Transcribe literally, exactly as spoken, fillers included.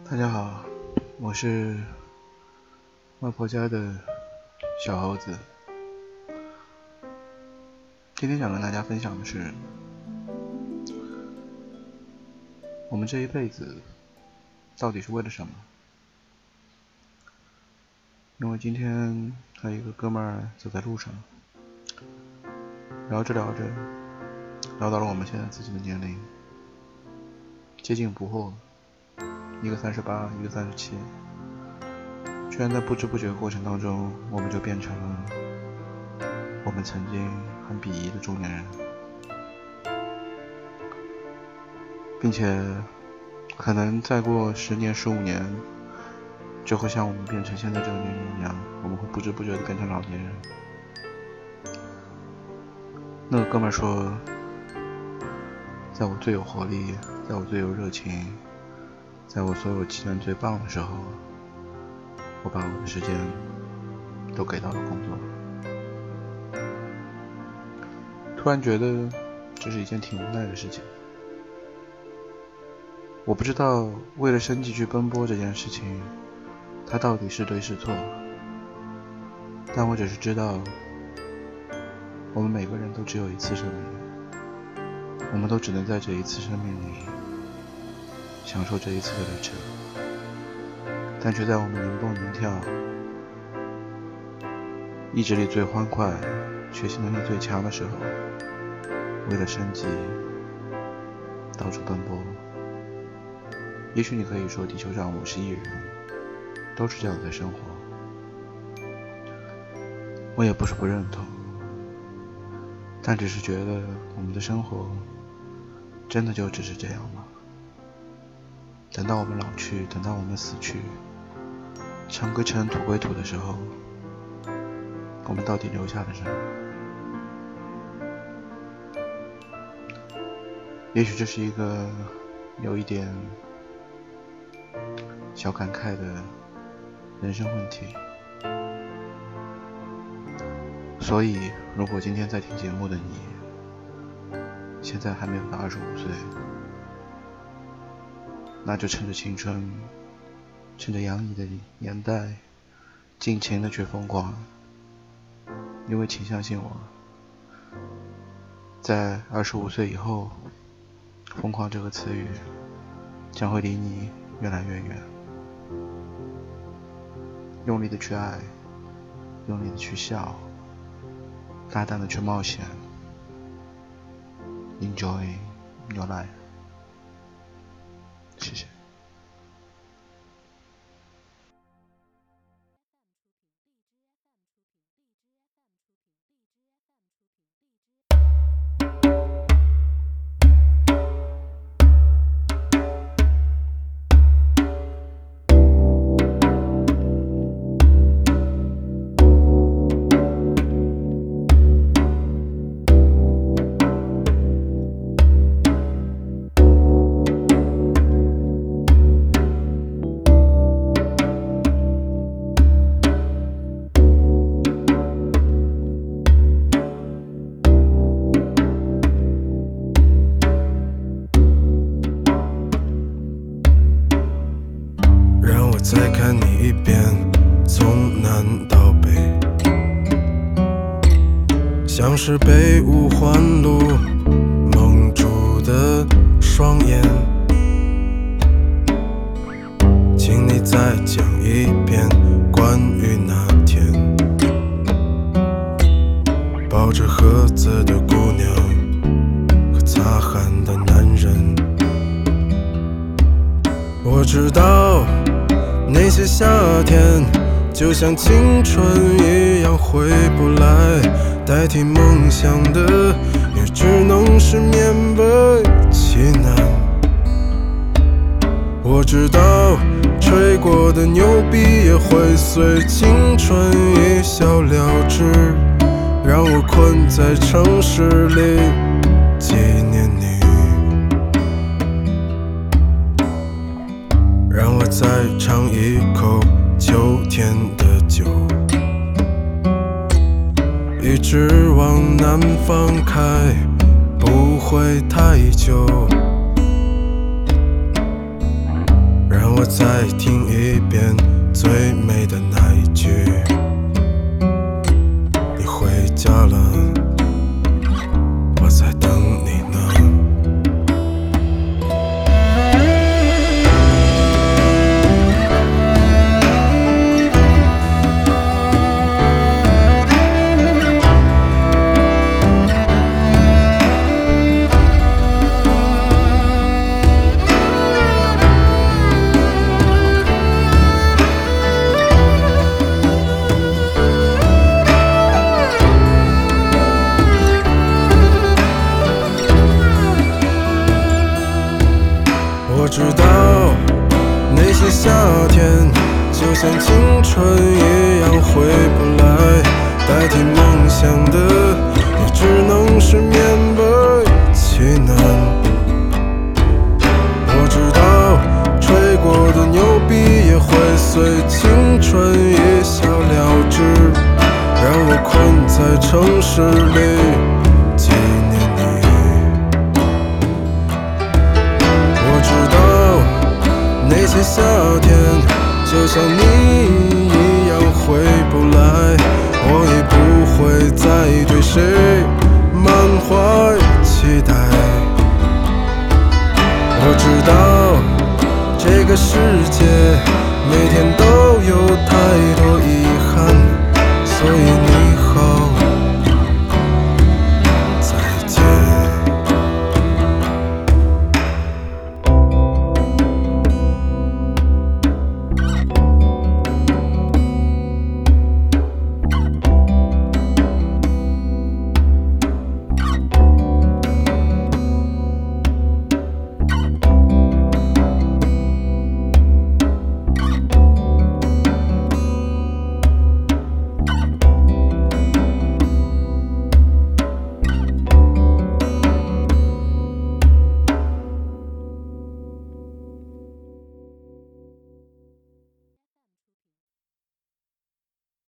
大家好，我是外婆家的小猴子。今天想跟大家分享的是，我们这一辈子到底是为了什么？因为今天和一个哥们儿走在路上，聊着聊着聊到了我们现在自己的年龄，接近不惑，一个三十八，一个三十七，居然在不知不觉的过程当中，我们就变成了我们曾经很鄙夷的中年人，并且可能再过十年、十五年，就会像我们变成现在这个年龄一样，我们会不知不觉的变成老年人。那个哥们儿说，在我最有活力，在我最有热情，在我所有期待最棒的时候，我把我的时间都给到了工作。突然觉得这是一件挺无奈的事情。我不知道为了生计去奔波这件事情，它到底是对是错，但我只是知道，我们每个人都只有一次生命，我们都只能在这一次生命里享受这一次的旅程，但却在我们灵蹦灵跳、意志力最欢快、学习能力最强的时候，为了生计到处奔波。也许你可以说地球上五十亿人都是这样在生活，我也不是不认同，但只是觉得我们的生活真的就只是这样吗？等到我们老去，等到我们死去，尘归尘，土归土的时候，我们到底留下了什么？也许这是一个有一点小感慨的人生问题。所以如果今天在听节目的你现在还没有到二十五岁，那就趁着青春，趁着洋溢的年代，尽情的去疯狂。因为请相信我，在二十五岁以后，疯狂这个词语将会离你越来越远。用力的去爱，用力的去笑，大胆的去冒险。 Enjoy your life。 谢谢。 再看你一遍，从南到北，像是被五环路蒙住的双眼。请你再讲一遍关于那天抱着盒子的姑娘和擦汗的男人。我知道那些夏天就像青春一样回不来，代替梦想的也只能是勉为其难。我知道吹过的牛逼也会随青春一笑了之，让我困在城市里纪念你，让我再尝一口秋天的酒，一直往南方开，不会太久。 让我再听一遍最美的那一句。你回家了，我在等你呢。我知道那些夏天就像青春一样回不来，代替梦想的也只能是勉为其难。我知道吹过的牛逼也会随青春一笑了之，让我困在城市里纪念你。那些夏天就像你一样回不来，我已不会再对谁满怀期待。我知道这个世界每天都